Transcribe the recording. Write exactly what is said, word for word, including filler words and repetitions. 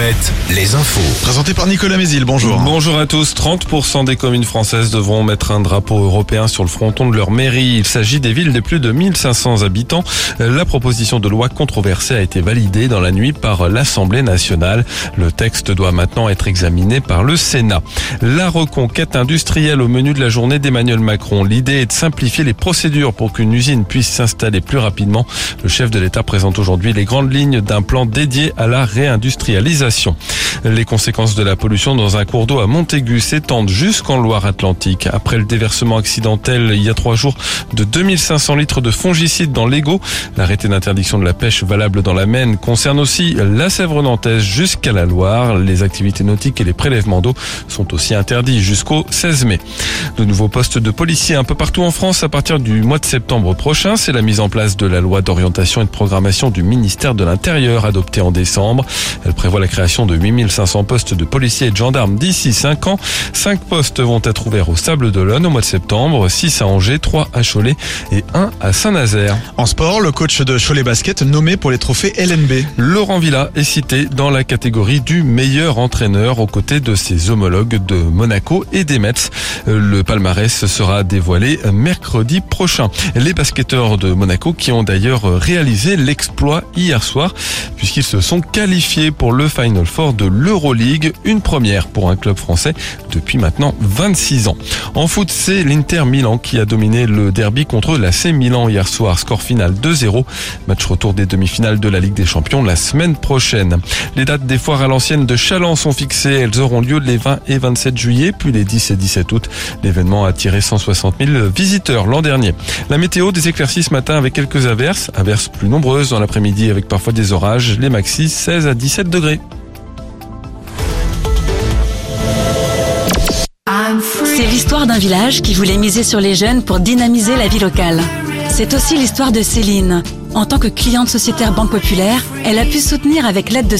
Planète, les infos. Présenté par Nicolas Mézil, bonjour. Bonjour à tous. trente pour cent des communes françaises devront mettre un drapeau européen sur le fronton de leur mairie. Il s'agit des villes de plus de mille cinq cents habitants. La proposition de loi controversée a été validée dans la nuit par l'Assemblée nationale. Le texte doit maintenant être examiné par le Sénat. La reconquête industrielle au menu de la journée d'Emmanuel Macron. L'idée est de simplifier les procédures pour qu'une usine puisse s'installer plus rapidement. Le chef de l'État présente aujourd'hui les grandes lignes d'un plan dédié à la réindustrialisation. Les conséquences de la pollution dans un cours d'eau à Montaigu s'étendent jusqu'en Loire-Atlantique. Après le déversement accidentel il y a trois jours de deux mille cinq cents litres de fongicides dans l'Égo, l'arrêté d'interdiction de la pêche valable dans la Maine concerne aussi la Sèvre nantaise jusqu'à la Loire. Les activités nautiques et les prélèvements d'eau sont aussi interdits jusqu'au seize mai. De nouveaux postes de policiers un peu partout en France à partir du mois de septembre prochain. C'est la mise en place de la loi d'orientation et de programmation du ministère de l'Intérieur adoptée en décembre. Elle prévoit la création de huit mille cinq cents postes de policiers et de gendarmes d'ici cinq ans. cinq postes vont être ouverts au Sables-d'Olonne au mois de septembre, six à Angers, trois à Cholet et un à Saint-Nazaire. En sport, le coach de Cholet Basket nommé pour les trophées L N B. Laurent Villa est cité dans la catégorie du meilleur entraîneur aux côtés de ses homologues de Monaco et des Mets. Le palmarès sera dévoilé mercredi prochain. Les basketteurs de Monaco qui ont d'ailleurs réalisé l'exploit hier soir puisqu'ils se sont qualifiés pour le Final Four de l'Euroleague, une première pour un club français depuis maintenant vingt-six ans. En foot, c'est l'Inter Milan qui a dominé le derby contre l'A C Milan hier soir, score final deux zéro. Match retour des demi-finales de la Ligue des Champions la semaine prochaine. Les dates des foires à l'ancienne de Challans sont fixées, elles auront lieu les vingt et vingt-sept juillet, puis les dix et dix-sept août. L'événement a attiré cent soixante mille visiteurs l'an dernier. La météo, des éclaircies ce matin avec quelques averses, averses plus nombreuses dans l'après-midi avec parfois des orages, les maxis seize à dix-sept degrés. C'est l'histoire d'un village qui voulait miser sur les jeunes pour dynamiser la vie locale. C'est aussi l'histoire de Céline. En tant que cliente sociétaire Banque Populaire, elle a pu soutenir avec l'aide de